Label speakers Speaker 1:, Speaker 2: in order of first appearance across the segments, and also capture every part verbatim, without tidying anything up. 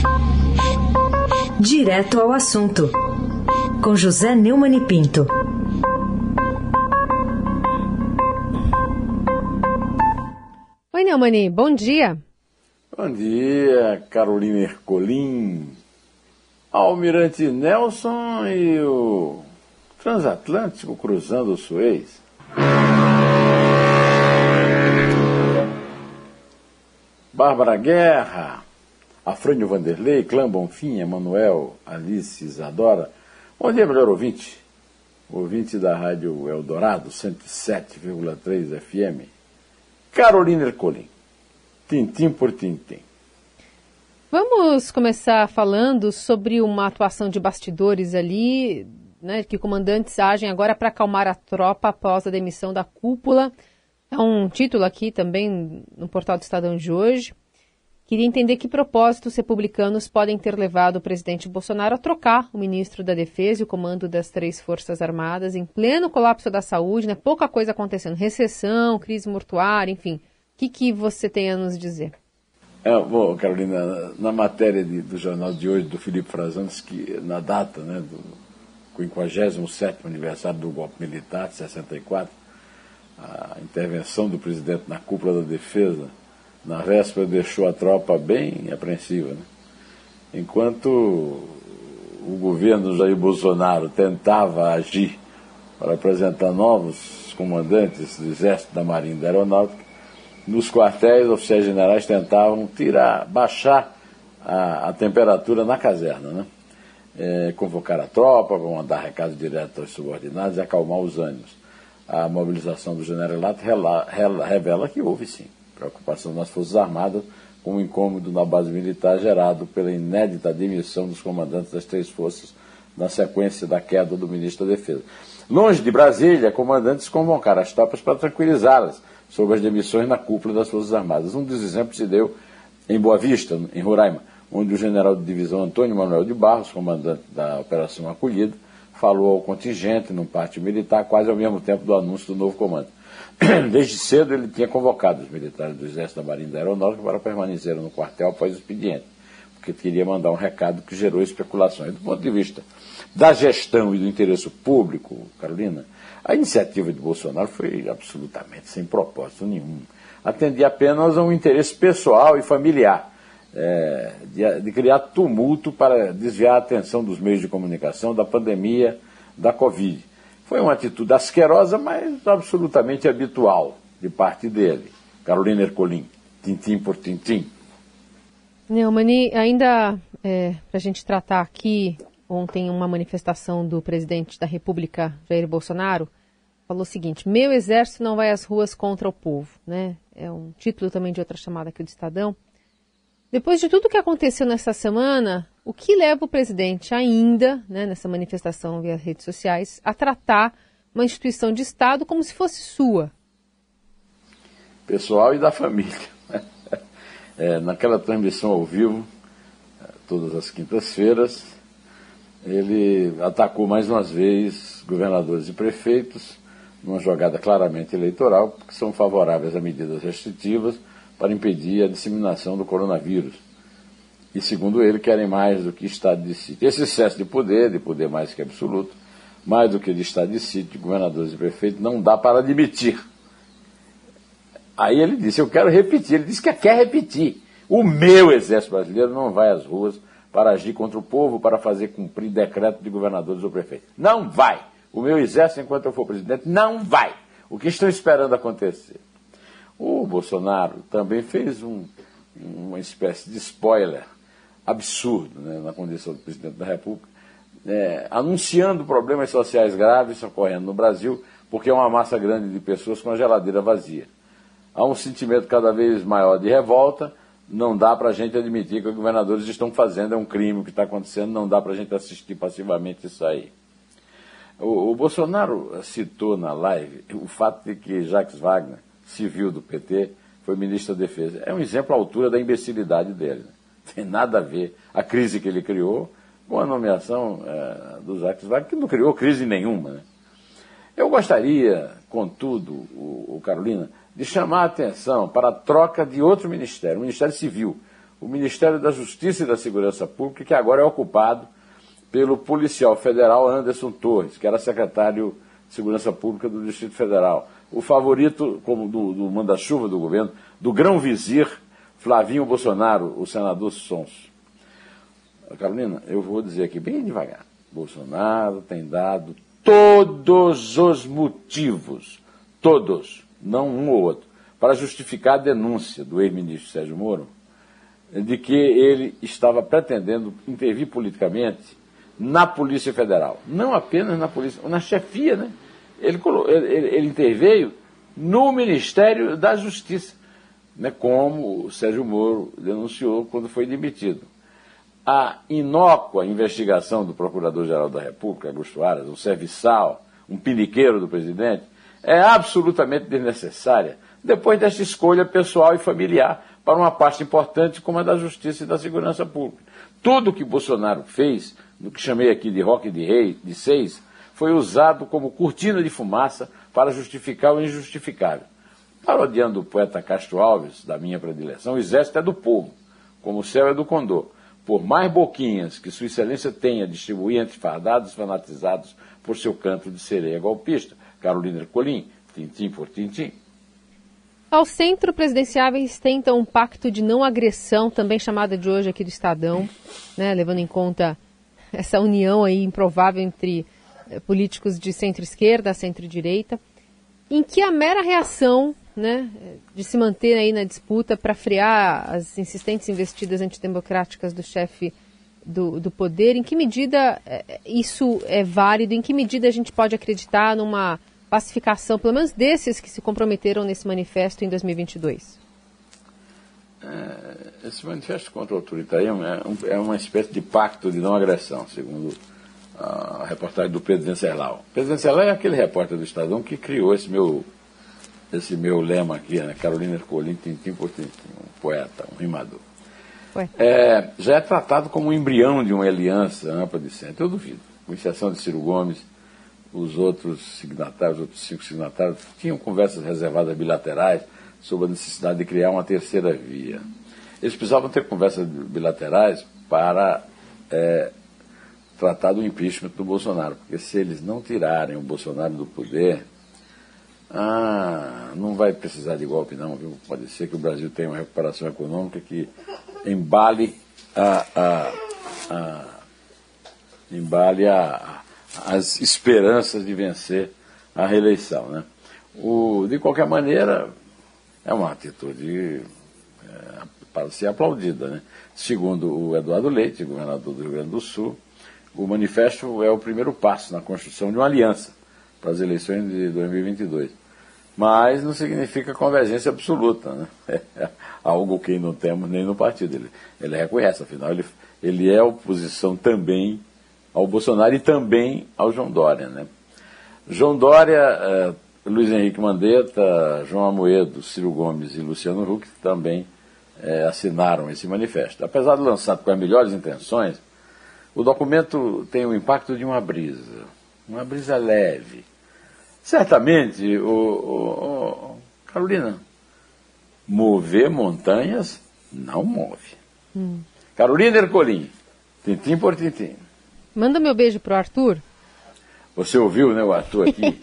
Speaker 1: Direto ao assunto, com José Neumann e Pinto.
Speaker 2: Oi, Neumann, bom dia.
Speaker 3: Bom dia, Carolina Ercolim, Almirante Nelson e o transatlântico cruzando o Suez. Bárbara Guerra, Afrânio Vanderlei, Clã Bonfim, Emanuel, Alice, Isadora. Bom dia, melhor ouvinte. Ouvinte da Rádio Eldorado, cento e sete vírgula três F M. Carolina Ercolim, tintim por tintim.
Speaker 2: Vamos começar falando sobre uma atuação de bastidores ali, né, que comandantes agem agora para acalmar a tropa após a demissão da cúpula. É um título aqui também no portal do Estadão de hoje. Queria entender que propósitos republicanos podem ter levado o presidente Bolsonaro a trocar o ministro da Defesa e o comando das três Forças Armadas em pleno colapso da saúde, né? Pouca coisa acontecendo, recessão, crise mortuária, enfim. O que, que você tem a nos dizer?
Speaker 3: É, bom, Carolina, na matéria de, do jornal de hoje, do Felipe Frazantes, que na data, né, do quinquagésimo sétimo aniversário do golpe militar de sessenta e quatro, a intervenção do presidente na cúpula da defesa, na véspera, deixou a tropa bem apreensiva, né? Enquanto o governo Jair Bolsonaro tentava agir para apresentar novos comandantes do Exército, da Marinha e da Aeronáutica, nos quartéis, oficiais generais tentavam tirar, baixar a, a temperatura na caserna, né? É, convocar a tropa, mandar recado direto aos subordinados e acalmar os ânimos. A mobilização do generalato rela, rela, revela que houve, sim, preocupação nas Forças Armadas com o incômodo na base militar gerado pela inédita demissão dos comandantes das três forças na sequência da queda do ministro da Defesa. Longe de Brasília, comandantes convocaram as tropas para tranquilizá-las sobre as demissões na cúpula das Forças Armadas. Um dos exemplos se deu em Boa Vista, em Roraima, onde o general de divisão Antônio Manuel de Barros, comandante da Operação Acolhida, falou ao contingente num pátio militar quase ao mesmo tempo do anúncio do novo comando. Desde cedo ele tinha convocado os militares do Exército, da Marinha e da Aeronáutica para permanecerem no quartel após o expediente, porque queria mandar um recado que gerou especulações. Do ponto de vista da gestão e do interesse público, Carolina, a iniciativa de Bolsonaro foi absolutamente sem propósito nenhum. Atendia apenas a um interesse pessoal e familiar, é, de, de criar tumulto para desviar a atenção dos meios de comunicação da pandemia da Covid. Foi uma atitude asquerosa, mas absolutamente habitual de parte dele. Carolina Ercolim, tintim por tintim.
Speaker 2: Neumann, ainda é, para a gente tratar aqui, ontem uma manifestação do presidente da República, Jair Bolsonaro, falou o seguinte: meu exército não vai às ruas contra o povo, né? É um título também de outra chamada aqui do Estadão. Depois de tudo que aconteceu nessa semana, o que leva o presidente ainda, né, nessa manifestação via redes sociais, a tratar uma instituição de Estado como se fosse sua?
Speaker 3: Pessoal e da família. É, naquela transmissão ao vivo, todas as quintas-feiras, ele atacou mais uma vez governadores e prefeitos, numa jogada claramente eleitoral, porque são favoráveis a medidas restritivas para impedir a disseminação do coronavírus. E, segundo ele, querem mais do que estado de sítio. Esse excesso de poder, de poder mais que absoluto, mais do que de estado de sítio, de governadores e prefeitos, não dá para admitir. Aí ele disse, eu quero repetir, ele disse que quer repetir. O meu exército brasileiro não vai às ruas para agir contra o povo, para fazer cumprir decreto de governadores ou prefeitos. Não vai. O meu exército, enquanto eu for presidente, não vai. O que estão esperando acontecer? O Bolsonaro também fez um, uma espécie de spoiler absurdo, né, na condição do presidente da República, é, anunciando problemas sociais graves ocorrendo no Brasil, porque é uma massa grande de pessoas com a geladeira vazia. Há um sentimento cada vez maior de revolta, não dá para a gente admitir que os governadores estão fazendo, é um crime o que está acontecendo, não dá para a gente assistir passivamente isso aí. O, o Bolsonaro citou na live o fato de que Jacques Wagner, civil do P T, foi ministro da Defesa. É um exemplo à altura da imbecilidade dele. Né? Tem nada a ver a crise que ele criou com a nomeação é, do Jacques Wagner, que não criou crise nenhuma. Né? Eu gostaria, contudo, o, o Carolina, de chamar a atenção para a troca de outro ministério, o Ministério Civil. o Ministério da Justiça e da Segurança Pública, que agora é ocupado pelo policial federal Anderson Torres, que era secretário de Segurança Pública do Distrito Federal. O favorito como do, do manda-chuva do governo, do grão-vizir Flavinho Bolsonaro, o senador Sonso. Carolina, eu vou dizer aqui bem devagar. Bolsonaro tem dado todos os motivos, todos, não um ou outro, para justificar a denúncia do ex-ministro Sérgio Moro de que ele estava pretendendo intervir politicamente na Polícia Federal. Não apenas na Polícia, na chefia, né? Ele, ele, ele interveio no Ministério da Justiça, né? Como o Sérgio Moro denunciou quando foi demitido. A inócua investigação do Procurador-Geral da República, Augusto Aras, um serviçal, um piniqueiro do presidente, é absolutamente desnecessária depois desta escolha pessoal e familiar para uma parte importante como a da Justiça e da Segurança Pública. Tudo o que Bolsonaro fez, no que chamei aqui de Roque de Rei, de Seis, foi usado como cortina de fumaça para justificar o injustificável. Parodiando o poeta Castro Alves, da minha predileção, o exército é do povo, como o céu é do condor. Por mais boquinhas que Sua Excelência tenha distribuir entre fardados fanatizados por seu canto de sereia golpista. Carolina Ercolim, tintim por tintim.
Speaker 2: Ao centro, presidenciáveis tentam um pacto de não agressão, também chamada de hoje aqui do Estadão, né, levando em conta essa união aí improvável entre eh, políticos de centro-esquerda, centro-direita, em que a mera reação, né, de se manter aí na disputa para frear as insistentes investidas antidemocráticas do chefe do, do poder, em que medida eh, isso é válido, em que medida a gente pode acreditar numa pacificação, pelo menos desses que se comprometeram nesse manifesto em dois mil e vinte e dois?
Speaker 3: É, esse manifesto contra o autoritarismo é, um, é uma espécie de pacto de não agressão, segundo a reportagem do Pedro Venceslau. Pedro Venceslau é aquele repórter do Estadão que criou esse meu, esse meu lema aqui, né? Carolina Ercolim, tintim por tintim, um poeta, um rimador. É, já é tratado como um embrião de uma aliança ampla de centro, eu duvido, com exceção de Ciro Gomes. Os outros signatários, os outros cinco signatários, tinham conversas reservadas bilaterais sobre a necessidade de criar uma terceira via. Eles precisavam ter conversas bilaterais para é, tratar do impeachment do Bolsonaro, porque se eles não tirarem o Bolsonaro do poder, ah, não vai precisar de golpe não, viu? Pode ser que o Brasil tenha uma recuperação econômica que embale a, a, a, embale a as esperanças de vencer a reeleição, né? O, de qualquer maneira, é uma atitude é, para ser aplaudida, né? Segundo o Eduardo Leite, governador do Rio Grande do Sul, o manifesto é o primeiro passo na construção de uma aliança para as eleições de dois mil e vinte e dois. Mas não significa convergência absoluta, né? É algo que não temos nem no partido. Ele, ele reconhece, afinal, ele, ele é oposição também ao Bolsonaro e também ao João Dória, né? João Dória, eh, Luiz Henrique Mandetta, João Amoedo, Ciro Gomes e Luciano Huck também eh, assinaram esse manifesto. Apesar de lançado com as melhores intenções, o documento tem o impacto de uma brisa, uma brisa leve. Certamente, o, o, o, Carolina, mover montanhas não move. Hum. Carolina Ercolim, tintim por tintim.
Speaker 2: Manda meu beijo pro Arthur.
Speaker 3: Você ouviu, né, o Arthur aqui?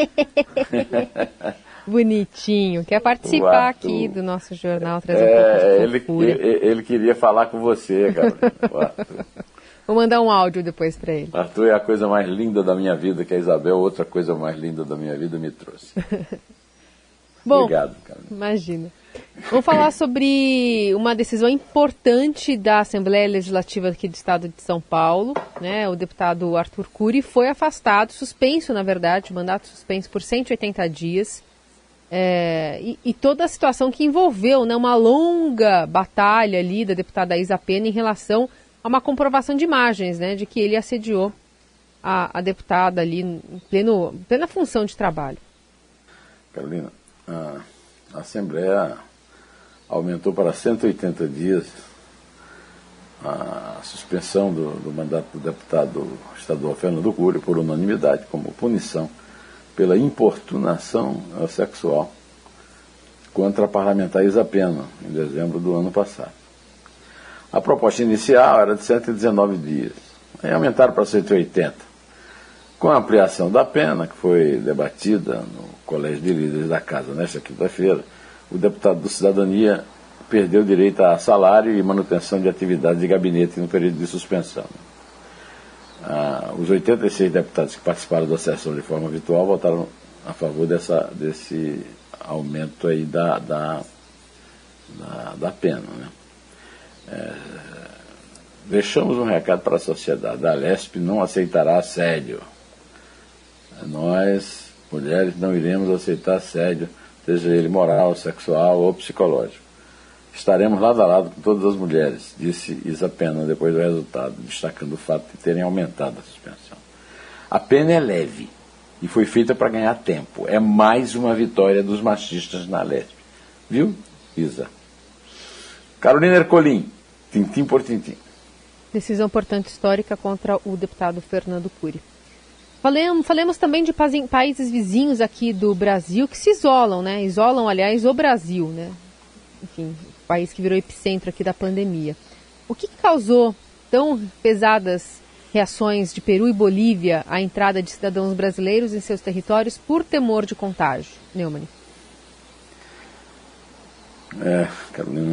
Speaker 2: Bonitinho. Quer participar aqui do nosso jornal, trazer
Speaker 3: é,
Speaker 2: um pouco de
Speaker 3: ele, ele, ele queria falar com você, Carolina, o Arthur.
Speaker 2: Vou mandar um áudio depois para ele.
Speaker 3: Arthur é a coisa mais linda da minha vida, que a Isabel, outra coisa mais linda da minha vida, me trouxe.
Speaker 2: Bom,
Speaker 3: obrigado, Carolina.
Speaker 2: Imagina. Vamos falar sobre uma decisão importante da Assembleia Legislativa aqui do Estado de São Paulo, né? O deputado Arthur Cury foi afastado, suspenso, na verdade, mandato suspenso por cento e oitenta dias. É, e, e toda a situação que envolveu, né, uma longa batalha ali da deputada Isa Pena em relação a uma comprovação de imagens, né, de que ele assediou a, a deputada ali em pleno, plena função de trabalho.
Speaker 3: Carolina, a... A Assembleia aumentou para cento e oitenta dias a suspensão do, do mandato do deputado estadual Fernando Cury por unanimidade, como punição pela importunação sexual contra a parlamentar Isa Pena, em dezembro do ano passado. A proposta inicial era de cento e dezenove dias, aí aumentaram para cento e oitenta. Com a ampliação da pena, que foi debatida no Colégio de Líderes da Casa nesta quinta-feira, o deputado do Cidadania perdeu direito a salário e manutenção de atividade de gabinete no período de suspensão. Ah, os oitenta e seis deputados que participaram da sessão de forma virtual votaram a favor dessa, desse aumento aí da, da, da, da pena, né? É, deixamos um recado para a sociedade. A Lesp não aceitará assédio. Nós, mulheres, não iremos aceitar assédio, seja ele moral, sexual ou psicológico. Estaremos lado a lado com todas as mulheres, disse Isa Pena depois do resultado, destacando o fato de terem aumentado a suspensão. A pena é leve e foi feita para ganhar tempo. É mais uma vitória dos machistas na Lesp. Viu, Isa? Carolina Ercolim, tintim por tintim.
Speaker 2: Decisão, portanto, histórica contra o deputado Fernando Cury. Falemos, falemos também de países vizinhos aqui do Brasil que se isolam, né? Isolam, aliás, o Brasil, né? Enfim, o país que virou epicentro aqui da pandemia. O que causou tão pesadas reações de Peru e Bolívia à entrada de cidadãos brasileiros em seus territórios por temor de contágio? Neumann.
Speaker 3: É, Carolina,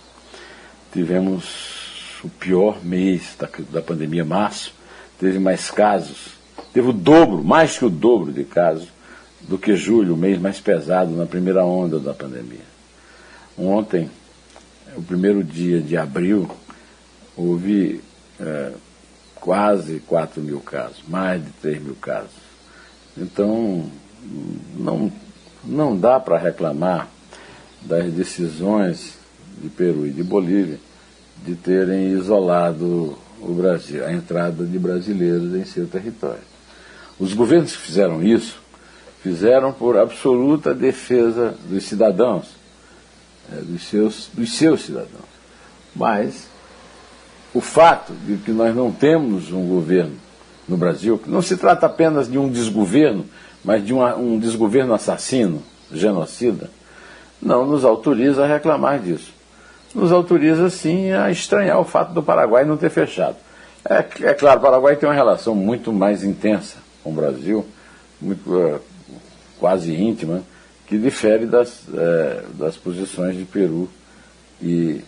Speaker 3: tivemos o pior mês da, da pandemia, março, teve mais casos, teve o dobro, mais que o dobro de casos do que julho, o mês mais pesado na primeira onda da pandemia. Ontem, o primeiro dia de abril, houve é, quase quatro mil casos, mais de três mil casos. Então, não, não dá para reclamar das decisões de Peru e de Bolívia de terem isolado o Brasil, a entrada de brasileiros em seu território. Os governos que fizeram isso, fizeram por absoluta defesa dos cidadãos, é, dos, seus, dos seus cidadãos. Mas o fato de que nós não temos um governo no Brasil, que não se trata apenas de um desgoverno, mas de uma, um desgoverno assassino, genocida, não nos autoriza a reclamar disso. Nos autoriza, sim, a estranhar o fato do Paraguai não ter fechado. É, é claro, o Paraguai tem uma relação muito mais intensa com o Brasil, muito, é, quase íntima, que difere das, é, das posições de Peru e,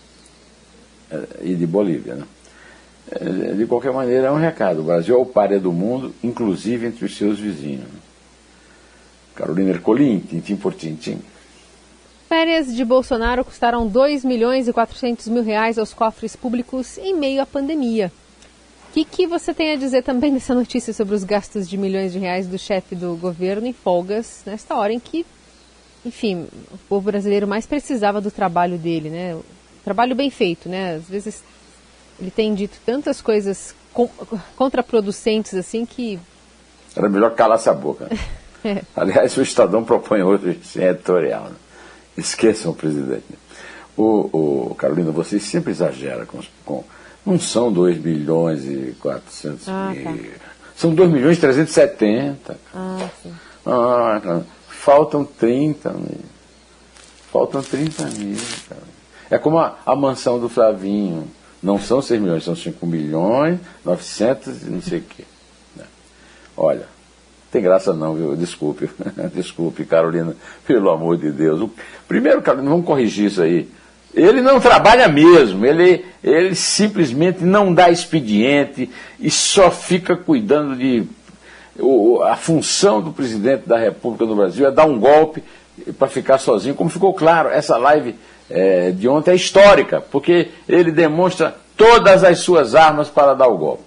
Speaker 3: é, e de Bolívia, né? É, de qualquer maneira, é um recado. O Brasil é o pária do mundo, inclusive entre os seus vizinhos. Carolina Ercolim, tintim por tintim.
Speaker 2: Férias de Bolsonaro custaram dois milhões e quatrocentos mil reais aos cofres públicos em meio à pandemia. O que, que você tem a dizer também dessa notícia sobre os gastos de milhões de reais do chefe do governo em folgas, nesta hora em que, enfim, o povo brasileiro mais precisava do trabalho dele, né? O trabalho bem feito, né? Às vezes ele tem dito tantas coisas con- contraproducentes assim que...
Speaker 3: Era melhor calasse a boca. É. Aliás, o Estadão propõe outro editorial, né? Esqueçam o presidente. O, o, Carolina, você sempre exagera com, com... Não são dois milhões e quatrocentos
Speaker 2: ah,
Speaker 3: mil.
Speaker 2: Tá.
Speaker 3: São dois milhões e trezentos e setenta.
Speaker 2: Ah, sim.
Speaker 3: Ah, faltam trinta mil. Faltam trinta mil, cara. É como a, a mansão do Flavinho. Não são seis milhões, são cinco milhões, novecentos e não sei o quê. Olha, tem graça não, viu? Desculpe, desculpe, Carolina, pelo amor de Deus. O, primeiro, Carolina, vamos corrigir isso aí. Ele não trabalha mesmo, ele, ele simplesmente não dá expediente e só fica cuidando de... O, a função do presidente da República no Brasil é dar um golpe para ficar sozinho. Como ficou claro, essa live é, de ontem é histórica, porque ele demonstra todas as suas armas para dar o golpe.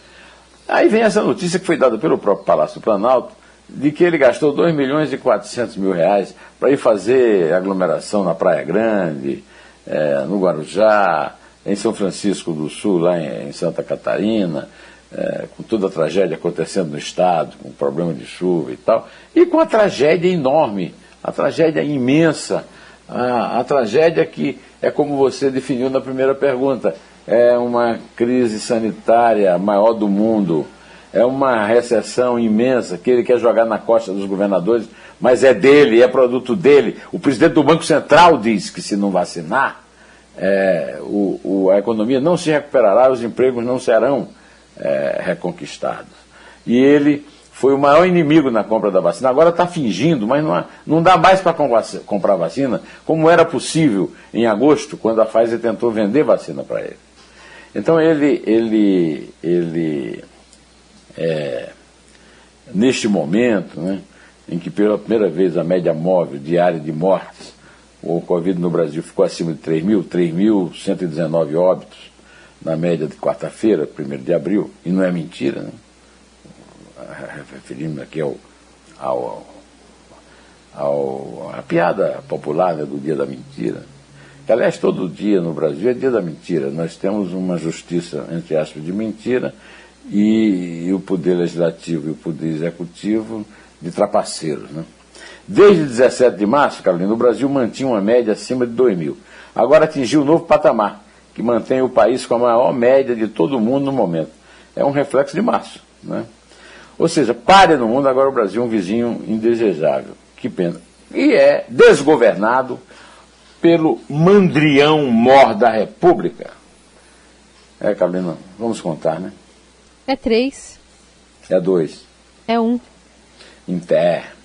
Speaker 3: Aí vem essa notícia que foi dada pelo próprio Palácio do Planalto, de que ele gastou dois milhões e quatrocentos mil reais para ir fazer aglomeração na Praia Grande, é, no Guarujá, em São Francisco do Sul, lá em, em Santa Catarina, é, com toda a tragédia acontecendo no estado, com o problema de chuva e tal, e com a tragédia enorme, a tragédia imensa, a, a tragédia que é como você definiu na primeira pergunta, é uma crise sanitária maior do mundo, é uma recessão imensa que ele quer jogar na costa dos governadores, mas é dele, é produto dele. O presidente do Banco Central diz que se não vacinar, é, o, o, a economia não se recuperará, os empregos não serão é, reconquistados. E ele foi o maior inimigo na compra da vacina. Agora está fingindo, mas não, há, não dá mais para comprar vacina, como era possível em agosto, quando a Pfizer tentou vender vacina para ele. Então ele, ele, ele é, neste momento, né, em que pela primeira vez a média móvel diária de mortes, o Covid no Brasil ficou acima de três mil, três mil cento e dezenove óbitos na média de quarta-feira, primeiro de abril, e não é mentira, né? Referindo aqui ao, ao, ao, a piada popular, né, do dia da mentira. Que, aliás, todo dia no Brasil é dia da mentira. Nós temos uma justiça, entre aspas, de mentira e, e o poder legislativo e o poder executivo de trapaceiros, né? Desde dezessete de março, Carolina, o Brasil mantinha uma média acima de dois mil. Agora atingiu um novo patamar, que mantém o país com a maior média de todo o mundo no momento. É um reflexo de março, né? Ou seja, pare no mundo, agora o Brasil é um vizinho indesejável. Que pena. E é desgovernado pelo mandrião mor da República. É, Carolina, vamos contar, né?
Speaker 2: É três.
Speaker 3: É dois.
Speaker 2: É um.
Speaker 3: Em pé.